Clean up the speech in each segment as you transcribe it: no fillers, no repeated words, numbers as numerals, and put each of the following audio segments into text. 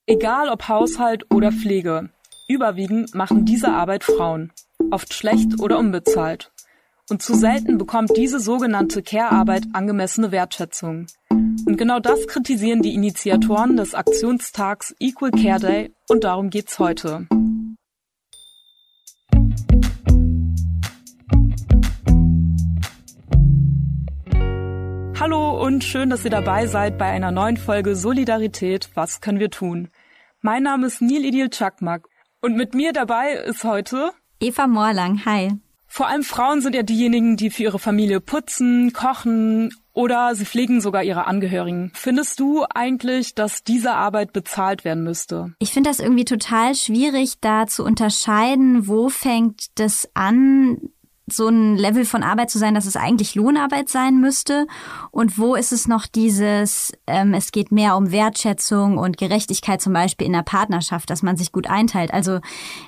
Egal ob Haushalt oder Pflege, überwiegend machen diese Arbeit Frauen, oft schlecht oder unbezahlt. Und zu selten bekommt diese sogenannte Care-Arbeit angemessene Wertschätzung. Und genau das kritisieren die Initiatoren des Aktionstags Equal Care Day und darum geht's heute. Hallo und schön, dass ihr dabei seid bei einer neuen Folge Solidarität, was können wir tun? Mein Name ist Nil Idil Çakmak und mit mir dabei ist heute Eva Morlang, hi. Vor allem Frauen sind ja diejenigen, die für ihre Familie putzen, kochen oder sie pflegen sogar ihre Angehörigen. Findest du eigentlich, dass diese Arbeit bezahlt werden müsste? Ich finde das irgendwie total schwierig, da zu unterscheiden, wo fängt das an, so ein Level von Arbeit zu sein, dass es eigentlich Lohnarbeit sein müsste, und wo ist es noch dieses, es geht mehr um Wertschätzung und Gerechtigkeit, zum Beispiel in der Partnerschaft, dass man sich gut einteilt. Also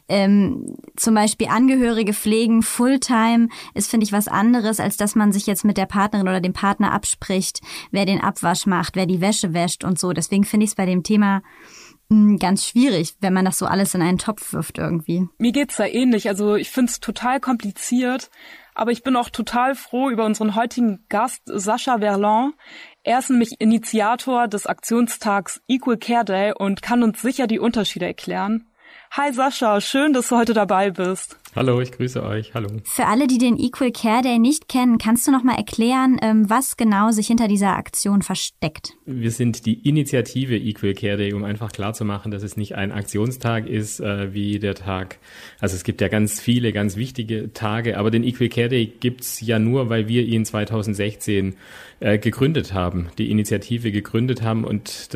zum Beispiel Angehörige pflegen Fulltime ist, finde ich, was anderes, als dass man sich jetzt mit der Partnerin oder dem Partner abspricht, wer den Abwasch macht, wer die Wäsche wäscht und so. Deswegen finde ich es bei dem Thema ganz schwierig, wenn man das so alles in einen Topf wirft irgendwie. Mir geht's da ähnlich. Also ich find's total kompliziert, aber ich bin auch total froh über unseren heutigen Gast, Sascha Verlan. Er ist nämlich Initiator des Aktionstags Equal Care Day und kann uns sicher die Unterschiede erklären. Hi Sascha, schön, dass du heute dabei bist. Hallo, ich grüße euch. Hallo. Für alle, die den Equal Care Day nicht kennen, kannst du noch mal erklären, was genau sich hinter dieser Aktion versteckt? Wir sind die Initiative Equal Care Day, um einfach klarzumachen, dass es nicht ein Aktionstag ist wie der Tag. Also es gibt ja ganz viele, ganz wichtige Tage, aber den Equal Care Day gibt's ja nur, weil wir ihn 2016 gegründet haben, die Initiative gegründet haben, und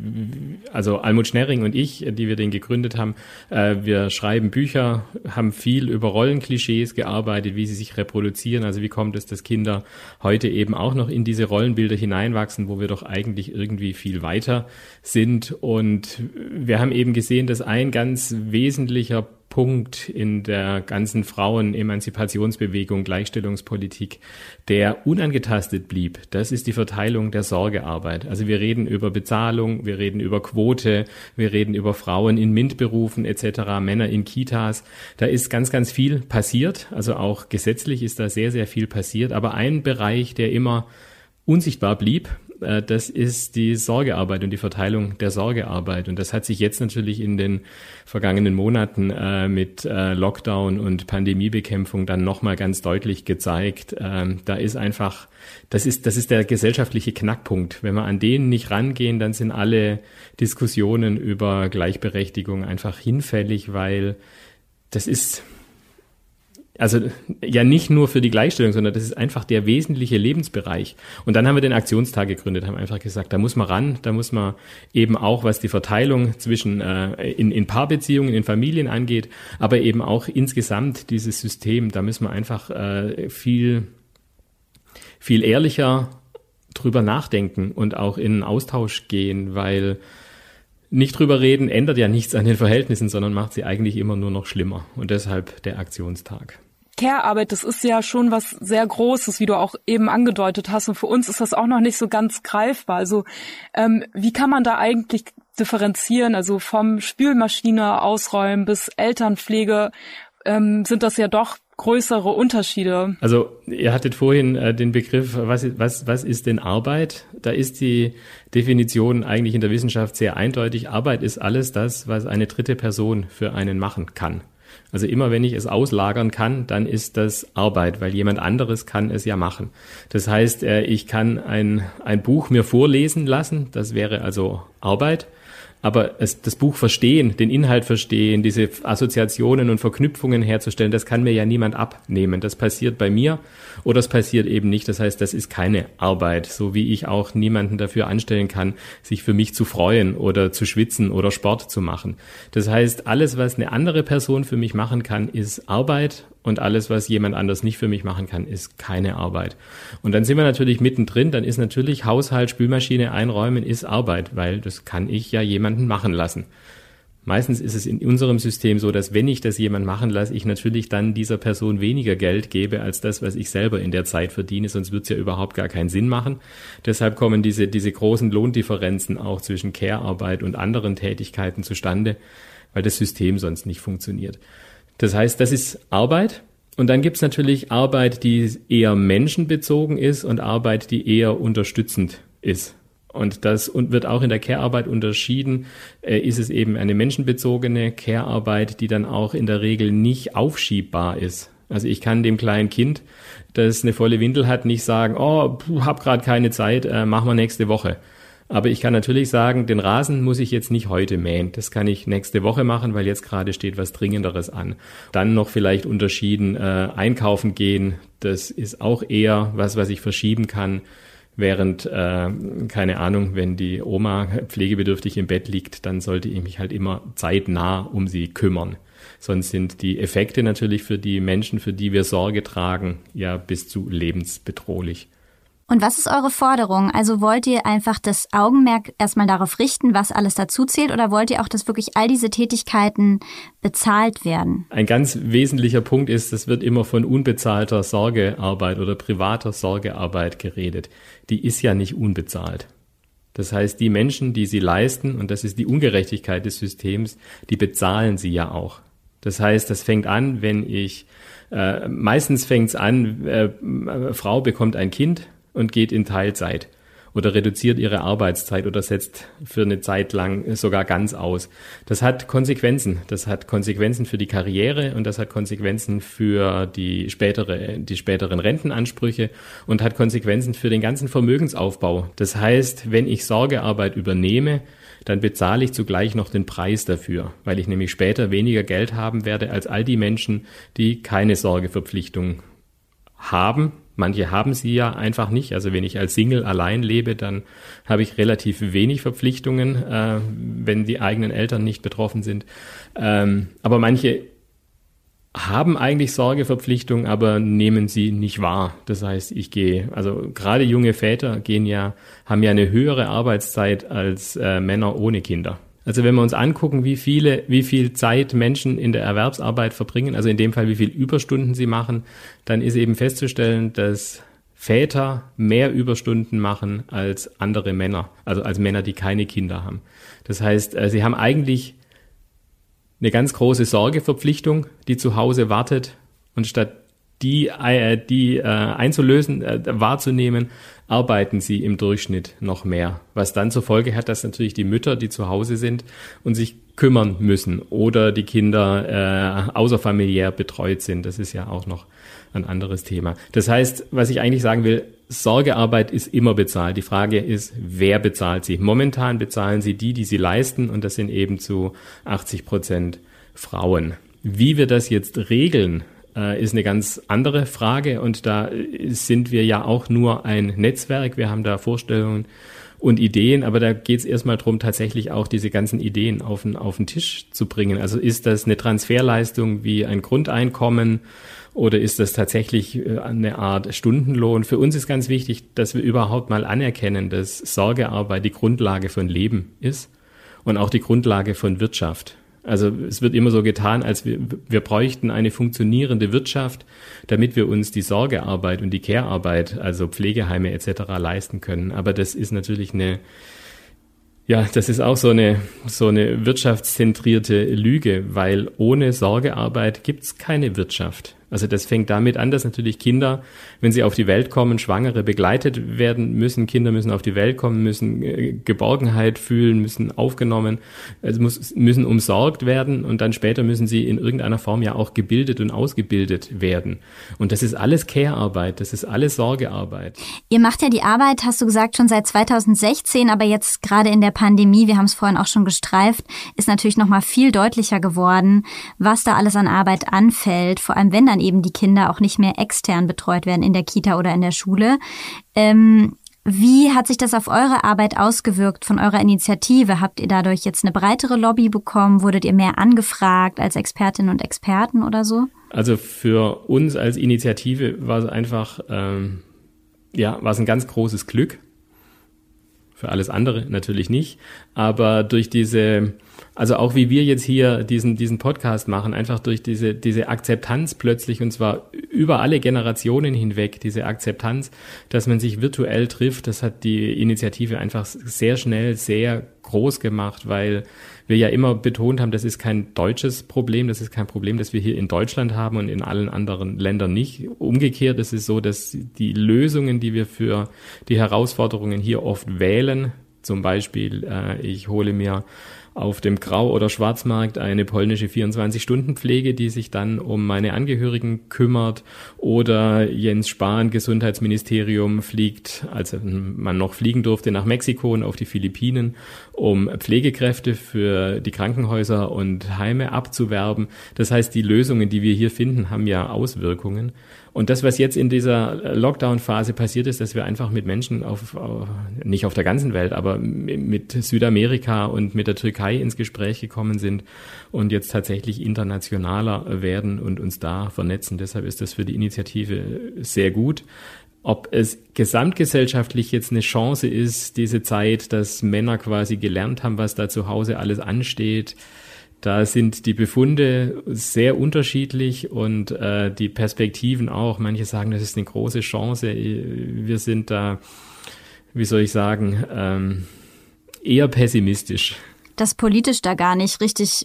also Almut Schnerring und ich, die wir den gegründet haben, wir schreiben Bücher, haben viel über Rollenklischees gearbeitet, wie sie sich reproduzieren, also wie kommt es, dass Kinder heute eben auch noch in diese Rollenbilder hineinwachsen, wo wir doch eigentlich irgendwie viel weiter sind. Und wir haben eben gesehen, dass ein ganz wesentlicher Punkt in der ganzen Frauen-Emanzipationsbewegung, Gleichstellungspolitik, der unangetastet blieb, das ist die Verteilung der Sorgearbeit. Also wir reden über Bezahlung, wir reden über Quote, wir reden über Frauen in MINT-Berufen etc., Männer in Kitas. Da ist ganz, ganz viel passiert, also auch gesetzlich ist da sehr, sehr viel passiert. Aber ein Bereich, der immer unsichtbar blieb, das ist die Sorgearbeit und die Verteilung der Sorgearbeit. Und das hat sich jetzt natürlich in den vergangenen Monaten mit Lockdown und Pandemiebekämpfung dann nochmal ganz deutlich gezeigt. Da ist einfach, das ist der gesellschaftliche Knackpunkt. Wenn wir an den nicht rangehen, dann sind alle Diskussionen über Gleichberechtigung einfach hinfällig, weil das ist also ja nicht nur für die Gleichstellung, sondern das ist einfach der wesentliche Lebensbereich. Und dann haben wir den Aktionstag gegründet, haben einfach gesagt, da muss man ran, da muss man eben auch, was die Verteilung zwischen in Paarbeziehungen, in Familien angeht, aber eben auch insgesamt dieses System, da müssen wir einfach viel ehrlicher drüber nachdenken und auch in Austausch gehen, weil nicht drüber reden ändert ja nichts an den Verhältnissen, sondern macht sie eigentlich immer nur noch schlimmer. Und deshalb der Aktionstag. Care-Arbeit, das ist ja schon was sehr Großes, wie du auch eben angedeutet hast. Und für uns ist das auch noch nicht so ganz greifbar. Also wie kann man da eigentlich differenzieren? Also vom Spülmaschine ausräumen bis Elternpflege sind das ja doch größere Unterschiede. Also ihr hattet vorhin den Begriff, was ist denn Arbeit? Da ist die Definition eigentlich in der Wissenschaft sehr eindeutig. Arbeit ist alles das, was eine dritte Person für einen machen kann. Also immer wenn ich es auslagern kann, dann ist das Arbeit, weil jemand anderes kann es ja machen. Das heißt, ich kann ein Buch mir vorlesen lassen, das wäre also Arbeit. Aber das Buch verstehen, den Inhalt verstehen, diese Assoziationen und Verknüpfungen herzustellen, das kann mir ja niemand abnehmen. Das passiert bei mir oder es passiert eben nicht. Das heißt, das ist keine Arbeit, so wie ich auch niemanden dafür anstellen kann, sich für mich zu freuen oder zu schwitzen oder Sport zu machen. Das heißt, alles, was eine andere Person für mich machen kann, ist Arbeit. Und alles, was jemand anders nicht für mich machen kann, ist keine Arbeit. Und dann sind wir natürlich mittendrin, dann ist natürlich Haushalt, Spülmaschine einräumen ist Arbeit, weil das kann ich ja jemanden machen lassen. Meistens ist es in unserem System so, dass wenn ich das jemand machen lasse, ich natürlich dann dieser Person weniger Geld gebe als das, was ich selber in der Zeit verdiene, sonst wird es ja überhaupt gar keinen Sinn machen. Deshalb kommen diese großen Lohndifferenzen auch zwischen Care-Arbeit und anderen Tätigkeiten zustande, weil das System sonst nicht funktioniert. Das heißt, das ist Arbeit. Und dann gibt es natürlich Arbeit, die eher menschenbezogen ist und Arbeit, die eher unterstützend ist. Und das wird auch in der Care-Arbeit unterschieden. Ist es eben eine menschenbezogene Care-Arbeit, die dann auch in der Regel nicht aufschiebbar ist. Also ich kann dem kleinen Kind, das eine volle Windel hat, nicht sagen, oh, hab gerade keine Zeit, machen wir nächste Woche. Aber ich kann natürlich sagen, den Rasen muss ich jetzt nicht heute mähen. Das kann ich nächste Woche machen, weil jetzt gerade steht was Dringenderes an. Dann noch vielleicht unterschieden einkaufen gehen. Das ist auch eher was ich verschieben kann. Während, keine Ahnung, wenn die Oma pflegebedürftig im Bett liegt, dann sollte ich mich halt immer zeitnah um sie kümmern. Sonst sind die Effekte natürlich für die Menschen, für die wir Sorge tragen, ja bis zu lebensbedrohlich. Und was ist eure Forderung? Also wollt ihr einfach das Augenmerk erstmal darauf richten, was alles dazu zählt, oder wollt ihr auch, dass wirklich all diese Tätigkeiten bezahlt werden? Ein ganz wesentlicher Punkt ist, es wird immer von unbezahlter Sorgearbeit oder privater Sorgearbeit geredet. Die ist ja nicht unbezahlt. Das heißt, die Menschen, die sie leisten, und das ist die Ungerechtigkeit des Systems, die bezahlen sie ja auch. Das heißt, das fängt an, meistens fängt es an, Frau bekommt ein Kind und geht in Teilzeit oder reduziert ihre Arbeitszeit oder setzt für eine Zeit lang sogar ganz aus. Das hat Konsequenzen. Das hat Konsequenzen für die Karriere und das hat Konsequenzen für die späteren Rentenansprüche und hat Konsequenzen für den ganzen Vermögensaufbau. Das heißt, wenn ich Sorgearbeit übernehme, dann bezahle ich zugleich noch den Preis dafür, weil ich nämlich später weniger Geld haben werde als all die Menschen, die keine Sorgeverpflichtung haben. Manche haben sie ja einfach nicht. Also wenn ich als Single allein lebe, dann habe ich relativ wenig Verpflichtungen, wenn die eigenen Eltern nicht betroffen sind. Aber manche haben eigentlich Sorgeverpflichtungen, aber nehmen sie nicht wahr. Das heißt, gerade junge Väter haben ja eine höhere Arbeitszeit als Männer ohne Kinder. Also wenn wir uns angucken, wie viel Zeit Menschen in der Erwerbsarbeit verbringen, also in dem Fall, wie viel Überstunden sie machen, dann ist eben festzustellen, dass Väter mehr Überstunden machen als andere Männer, also als Männer, die keine Kinder haben. Das heißt, sie haben eigentlich eine ganz große Sorgeverpflichtung, die zu Hause wartet, und statt die einzulösen, wahrzunehmen, arbeiten sie im Durchschnitt noch mehr. Was dann zur Folge hat, dass natürlich die Mütter, die zu Hause sind und sich kümmern müssen oder die Kinder außerfamiliär betreut sind. Das ist ja auch noch ein anderes Thema. Das heißt, was ich eigentlich sagen will, Sorgearbeit ist immer bezahlt. Die Frage ist, wer bezahlt sie? Momentan bezahlen sie die sie leisten, und das sind eben zu 80% Frauen. Wie wir das jetzt regeln, ist eine ganz andere Frage, und da sind wir ja auch nur ein Netzwerk. Wir haben da Vorstellungen und Ideen, aber da geht es erstmal darum, tatsächlich auch diese ganzen Ideen auf den Tisch zu bringen. Also ist das eine Transferleistung wie ein Grundeinkommen oder ist das tatsächlich eine Art Stundenlohn? Für uns ist ganz wichtig, dass wir überhaupt mal anerkennen, dass Sorgearbeit die Grundlage von Leben ist und auch die Grundlage von Wirtschaft. Also es wird immer so getan, als wir bräuchten eine funktionierende Wirtschaft, damit wir uns die Sorgearbeit und die Care-Arbeit, also Pflegeheime etc. leisten können. Aber das ist natürlich das ist auch so eine wirtschaftszentrierte Lüge, weil ohne Sorgearbeit gibt's keine Wirtschaft. Also das fängt damit an, dass natürlich Kinder, wenn sie auf die Welt kommen, Schwangere begleitet werden müssen. Kinder müssen auf die Welt kommen, müssen Geborgenheit fühlen, müssen aufgenommen, müssen umsorgt werden, und dann später müssen sie in irgendeiner Form ja auch gebildet und ausgebildet werden. Und das ist alles Care-Arbeit, das ist alles Sorgearbeit. Ihr macht ja die Arbeit, hast du gesagt, schon seit 2016, aber jetzt gerade in der Pandemie, wir haben es vorhin auch schon gestreift, ist natürlich noch mal viel deutlicher geworden, was da alles an Arbeit anfällt, vor allem wenn dann eben die Kinder auch nicht mehr extern betreut werden in der Kita oder in der Schule. Wie hat sich das auf eure Arbeit ausgewirkt von eurer Initiative? Habt ihr dadurch jetzt eine breitere Lobby bekommen? Wurdet ihr mehr angefragt als Expertinnen und Experten oder so? Also für uns als Initiative war es einfach, war es ein ganz großes Glück. Für alles andere natürlich nicht. Aber durch also auch wie wir jetzt hier diesen Podcast machen, einfach durch diese Akzeptanz plötzlich, und zwar über alle Generationen hinweg, diese Akzeptanz, dass man sich virtuell trifft, das hat die Initiative einfach sehr schnell, sehr groß gemacht, weil wir ja immer betont haben, das ist kein deutsches Problem, das ist kein Problem, das wir hier in Deutschland haben und in allen anderen Ländern nicht. Umgekehrt ist es so, dass die Lösungen, die wir für die Herausforderungen hier oft wählen, zum Beispiel ich hole mir auf dem Grau- oder Schwarzmarkt eine polnische 24-Stunden-Pflege, die sich dann um meine Angehörigen kümmert, oder Jens Spahn, Gesundheitsministerium, fliegt, als man noch fliegen durfte, nach Mexiko und auf die Philippinen, um Pflegekräfte für die Krankenhäuser und Heime abzuwerben. Das heißt, die Lösungen, die wir hier finden, haben ja Auswirkungen. Und das, was jetzt in dieser Lockdown-Phase passiert ist, dass wir einfach mit Menschen nicht auf der ganzen Welt, aber mit Südamerika und mit der Türkei ins Gespräch gekommen sind und jetzt tatsächlich internationaler werden und uns da vernetzen. Deshalb ist das für die Initiative sehr gut. Ob es gesamtgesellschaftlich jetzt eine Chance ist, diese Zeit, dass Männer quasi gelernt haben, was da zu Hause alles ansteht, da sind die Befunde sehr unterschiedlich und die Perspektiven auch. Manche sagen, das ist eine große Chance. Wir sind da, wie soll ich sagen, eher pessimistisch. Dass politisch da gar nicht richtig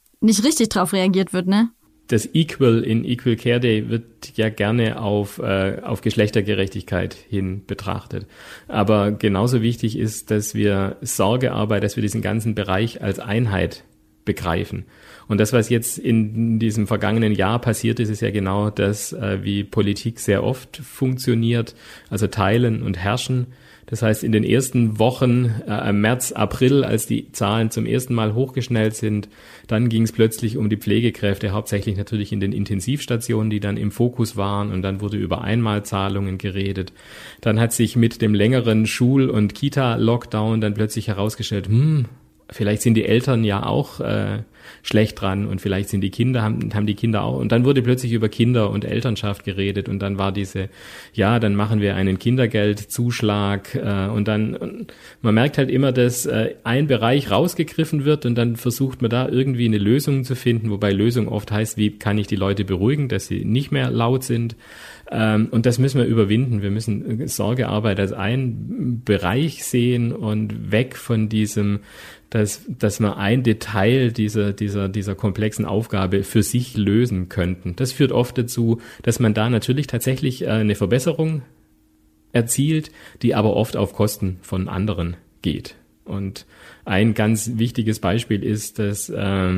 drauf reagiert wird, ne? Das Equal in Equal Care Day wird ja gerne auf Geschlechtergerechtigkeit hin betrachtet. Aber genauso wichtig ist, dass wir Sorgearbeit, dass wir diesen ganzen Bereich als Einheit begreifen. Und das, was jetzt in diesem vergangenen Jahr passiert ist, ist ja genau das, wie Politik sehr oft funktioniert, also teilen und herrschen. Das heißt, in den ersten Wochen, März, April, als die Zahlen zum ersten Mal hochgeschnellt sind, dann ging es plötzlich um die Pflegekräfte, hauptsächlich natürlich in den Intensivstationen, die dann im Fokus waren, und dann wurde über Einmalzahlungen geredet. Dann hat sich mit dem längeren Schul- und Kita-Lockdown dann plötzlich herausgestellt, vielleicht sind die Eltern ja auch schlecht dran und vielleicht sind die Kinder, haben die Kinder auch. Und dann wurde plötzlich über Kinder und Elternschaft geredet und dann war dann machen wir einen Kindergeldzuschlag und man merkt halt immer, dass ein Bereich rausgegriffen wird und dann versucht man da irgendwie eine Lösung zu finden, wobei Lösung oft heißt, wie kann ich die Leute beruhigen, dass sie nicht mehr laut sind. Und das müssen wir überwinden. Wir müssen Sorgearbeit als einen Bereich sehen und weg von diesem, dass man ein Detail dieser komplexen Aufgabe für sich lösen könnten. Das führt oft dazu, dass man da natürlich tatsächlich eine Verbesserung erzielt, die aber oft auf Kosten von anderen geht. Und ein ganz wichtiges Beispiel ist, dass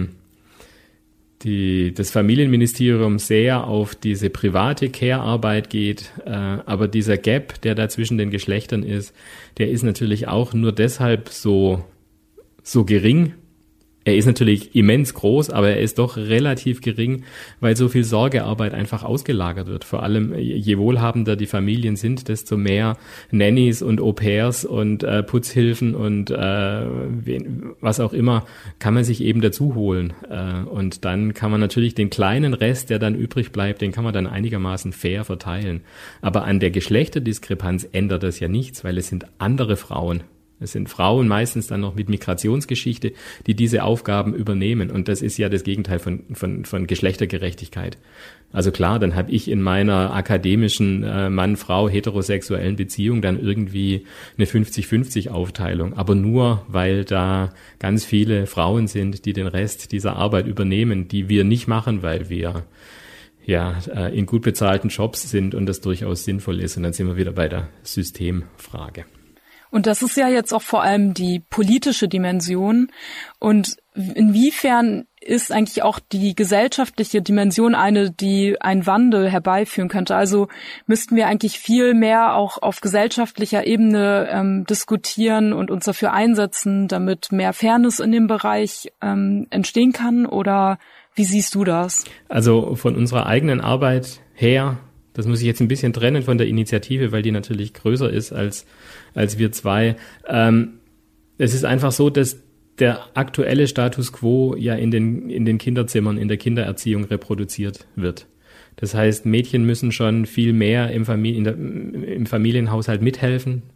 das Familienministerium sehr auf diese private Care-Arbeit geht, aber dieser Gap, der da zwischen den Geschlechtern ist, der ist natürlich auch nur deshalb so gering. Er ist natürlich immens groß, aber er ist doch relativ gering, weil so viel Sorgearbeit einfach ausgelagert wird. Vor allem, je wohlhabender die Familien sind, desto mehr Nannies und Au-pairs und Putzhilfen und was auch immer kann man sich eben dazu holen. Und dann kann man natürlich den kleinen Rest, der dann übrig bleibt, den kann man dann einigermaßen fair verteilen. Aber an der Geschlechterdiskrepanz ändert das ja nichts, weil es sind andere Frauen. Es sind Frauen meistens dann noch mit Migrationsgeschichte, die diese Aufgaben übernehmen. Und das ist ja das Gegenteil von Geschlechtergerechtigkeit. Also klar, dann habe ich in meiner akademischen Mann-Frau heterosexuellen Beziehung dann irgendwie eine 50-50 Aufteilung. Aber nur, weil da ganz viele Frauen sind, die den Rest dieser Arbeit übernehmen, die wir nicht machen, weil wir in gut bezahlten Jobs sind und das durchaus sinnvoll ist. Und dann sind wir wieder bei der Systemfrage. Und das ist ja jetzt auch vor allem die politische Dimension. Und inwiefern ist eigentlich auch die gesellschaftliche Dimension eine, die einen Wandel herbeiführen könnte? Also müssten wir eigentlich viel mehr auch auf gesellschaftlicher Ebene diskutieren und uns dafür einsetzen, damit mehr Fairness in dem Bereich entstehen kann? Oder wie siehst du das? Also von unserer eigenen Arbeit her, das muss ich jetzt ein bisschen trennen von der Initiative, weil die natürlich größer ist als wir zwei. Es ist einfach so, dass der aktuelle Status quo ja in den Kinderzimmern, in der Kindererziehung reproduziert wird. Das heißt, Mädchen müssen schon viel mehr im Familienhaushalt mithelfen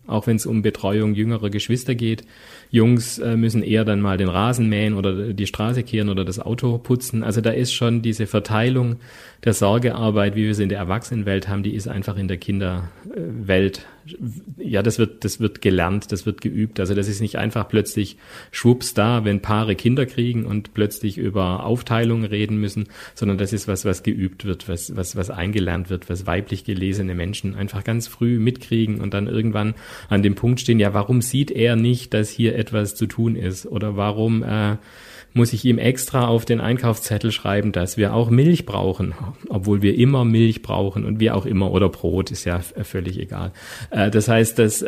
auch wenn es um Betreuung jüngerer Geschwister geht. Jungs müssen eher dann mal den Rasen mähen oder die Straße kehren oder das Auto putzen. Also da ist schon diese Verteilung der Sorgearbeit, wie wir sie in der Erwachsenenwelt haben, die ist einfach in der Kinderwelt. Ja, das wird gelernt, das wird geübt. Also das ist nicht einfach plötzlich schwupps da, wenn Paare Kinder kriegen und plötzlich über Aufteilung reden müssen, sondern das ist was geübt wird, was eingelernt wird, was weiblich gelesene Menschen einfach ganz früh mitkriegen und dann irgendwann an dem Punkt stehen, ja, warum sieht er nicht, dass hier etwas zu tun ist? Oder warum muss ich ihm extra auf den Einkaufszettel schreiben, dass wir auch Milch brauchen, obwohl wir immer Milch brauchen und wie auch immer, oder Brot, ist ja völlig egal. Das heißt, dass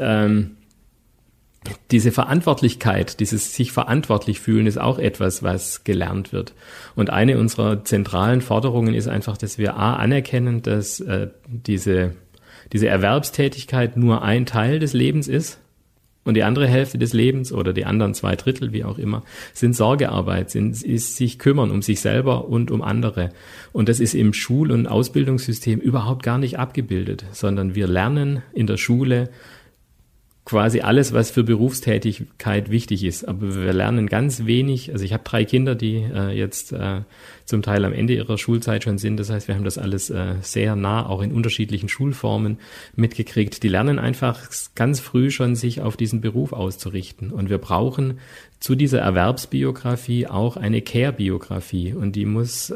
diese Verantwortlichkeit, dieses sich verantwortlich fühlen, ist auch etwas, was gelernt wird. Und eine unserer zentralen Forderungen ist einfach, dass wir anerkennen, dass diese Erwerbstätigkeit nur ein Teil des Lebens ist. Und die andere Hälfte des Lebens oder die anderen 2/3, wie auch immer, sind Sorgearbeit, ist sich kümmern um sich selber und um andere. Und das ist im Schul- und Ausbildungssystem überhaupt gar nicht abgebildet, sondern wir lernen in der Schule quasi alles, was für Berufstätigkeit wichtig ist. Aber wir lernen ganz wenig. Also ich habe 3 Kinder, die jetzt zum Teil am Ende ihrer Schulzeit schon sind. Das heißt, wir haben das alles sehr nah, auch in unterschiedlichen Schulformen mitgekriegt. Die lernen einfach ganz früh schon, sich auf diesen Beruf auszurichten. Und wir brauchen zu dieser Erwerbsbiografie auch eine Care-Biografie. Und die muss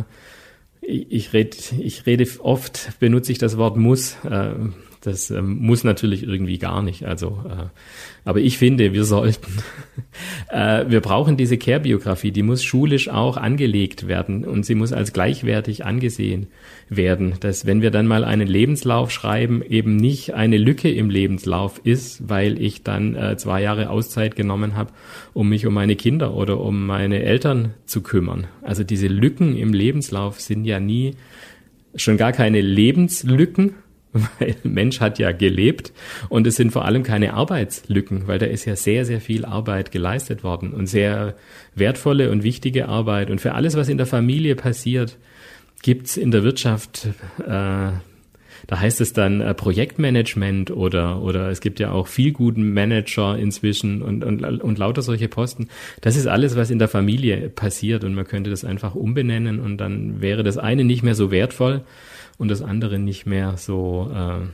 ich rede oft, benutze ich das Wort muss. Das muss natürlich irgendwie gar nicht. Also, aber ich finde, wir sollten. Wir brauchen diese Care-Biografie. Die muss schulisch auch angelegt werden und sie muss als gleichwertig angesehen werden. Dass, wenn wir dann mal einen Lebenslauf schreiben, eben nicht eine Lücke im Lebenslauf ist, weil ich dann 2 Jahre Auszeit genommen habe, um mich um meine Kinder oder um meine Eltern zu kümmern. Also diese Lücken im Lebenslauf sind ja nie, schon gar keine Lebenslücken, weil der Mensch hat ja gelebt und es sind vor allem keine Arbeitslücken, weil da ist ja sehr, sehr viel Arbeit geleistet worden und sehr wertvolle und wichtige Arbeit. Und für alles, was in der Familie passiert, gibt's in der Wirtschaft, da heißt es dann Projektmanagement oder es gibt ja auch viel guten Manager inzwischen und lauter solche Posten. Das ist alles, was in der Familie passiert und man könnte das einfach umbenennen und dann wäre das eine nicht mehr so wertvoll und das andere nicht mehr so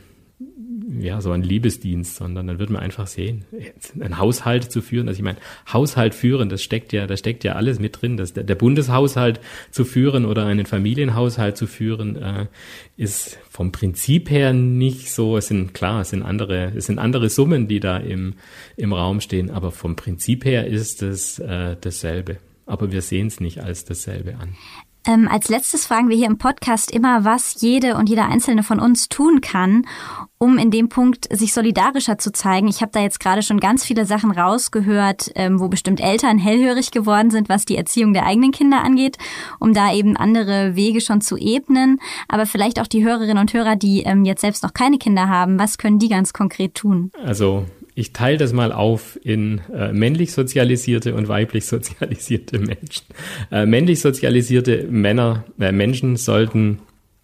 so ein Liebesdienst, sondern dann wird man einfach sehen, einen Haushalt zu führen. Also ich meine, Haushalt führen, da steckt ja alles mit drin. Der Bundeshaushalt zu führen oder einen Familienhaushalt zu führen, ist vom Prinzip her nicht so. Es sind andere Summen, die da im Raum stehen, aber vom Prinzip her ist es dasselbe. Aber wir sehen es nicht als dasselbe an. Als letztes fragen wir hier im Podcast immer, was jede und jeder Einzelne von uns tun kann, um in dem Punkt sich solidarischer zu zeigen. Ich habe da jetzt gerade schon ganz viele Sachen rausgehört, wo bestimmt Eltern hellhörig geworden sind, was die Erziehung der eigenen Kinder angeht, um da eben andere Wege schon zu ebnen. Aber vielleicht auch die Hörerinnen und Hörer, die jetzt selbst noch keine Kinder haben, was können die ganz konkret tun? Also ich teile das mal auf in männlich sozialisierte und weiblich sozialisierte Menschen. Männlich sozialisierte Menschen sollten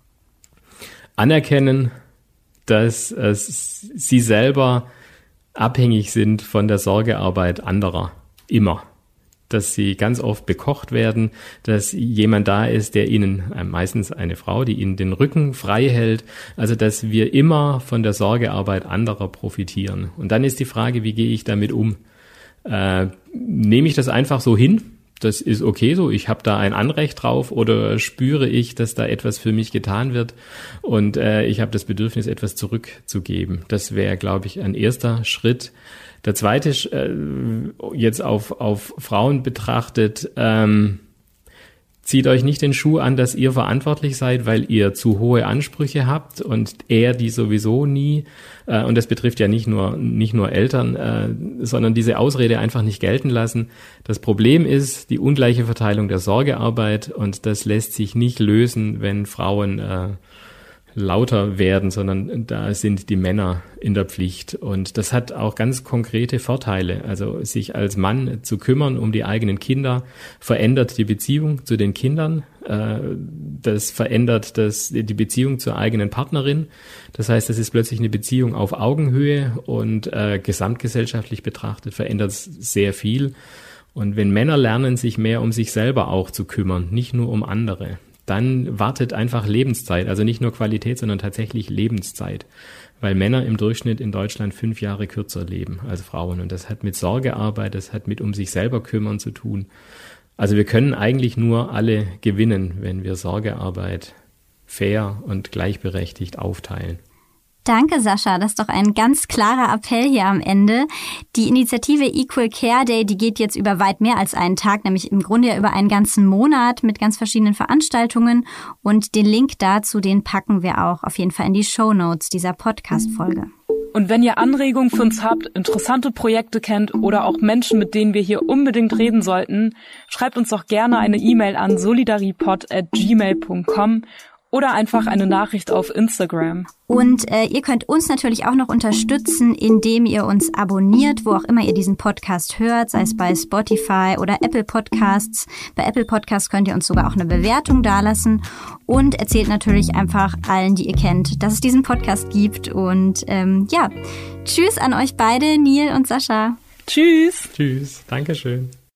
anerkennen, dass sie selber abhängig sind von der Sorgearbeit anderer. Immer. Dass sie ganz oft bekocht werden, dass jemand da ist, der ihnen, meistens eine Frau, die ihnen den Rücken frei hält. Also, dass wir immer von der Sorgearbeit anderer profitieren. Und dann ist die Frage, wie gehe ich damit um? Nehme ich das einfach so hin? Das ist okay so, ich habe da ein Anrecht drauf, oder spüre ich, dass da etwas für mich getan wird und ich habe das Bedürfnis, etwas zurückzugeben. Das wäre, glaube ich, ein erster Schritt. Der zweite, jetzt auf Frauen betrachtet, zieht euch nicht den Schuh an, dass ihr verantwortlich seid, weil ihr zu hohe Ansprüche habt und er die sowieso nie. Und das betrifft ja nicht nur Eltern, sondern diese Ausrede einfach nicht gelten lassen. Das Problem ist die ungleiche Verteilung der Sorgearbeit und das lässt sich nicht lösen, wenn Frauen lauter werden, sondern da sind die Männer in der Pflicht. Und das hat auch ganz konkrete Vorteile. Also sich als Mann zu kümmern um die eigenen Kinder verändert die Beziehung zu den Kindern. Das verändert die Beziehung zur eigenen Partnerin. Das heißt, es ist plötzlich eine Beziehung auf Augenhöhe und gesamtgesellschaftlich betrachtet verändert es sehr viel. Und wenn Männer lernen, sich mehr um sich selber auch zu kümmern, nicht nur um andere, dann wartet einfach Lebenszeit, also nicht nur Qualität, sondern tatsächlich Lebenszeit, weil Männer im Durchschnitt in Deutschland 5 Jahre kürzer leben als Frauen und das hat mit Sorgearbeit, das hat mit um sich selber kümmern zu tun. Also wir können eigentlich nur alle gewinnen, wenn wir Sorgearbeit fair und gleichberechtigt aufteilen. Danke, Sascha. Das ist doch ein ganz klarer Appell hier am Ende. Die Initiative Equal Care Day, die geht jetzt über weit mehr als einen Tag, nämlich im Grunde ja über einen ganzen Monat mit ganz verschiedenen Veranstaltungen. Und den Link dazu, den packen wir auch auf jeden Fall in die Shownotes dieser Podcast-Folge. Und wenn ihr Anregungen für uns habt, interessante Projekte kennt oder auch Menschen, mit denen wir hier unbedingt reden sollten, schreibt uns doch gerne eine E-Mail an solidaripod@gmail.com oder einfach eine Nachricht auf Instagram. Und ihr könnt uns natürlich auch noch unterstützen, indem ihr uns abonniert, wo auch immer ihr diesen Podcast hört, sei es bei Spotify oder Apple Podcasts. Bei Apple Podcasts könnt ihr uns sogar auch eine Bewertung dalassen und erzählt natürlich einfach allen, die ihr kennt, dass es diesen Podcast gibt. Und tschüss an euch beide, Neil und Sascha. Tschüss. Tschüss, Dankeschön.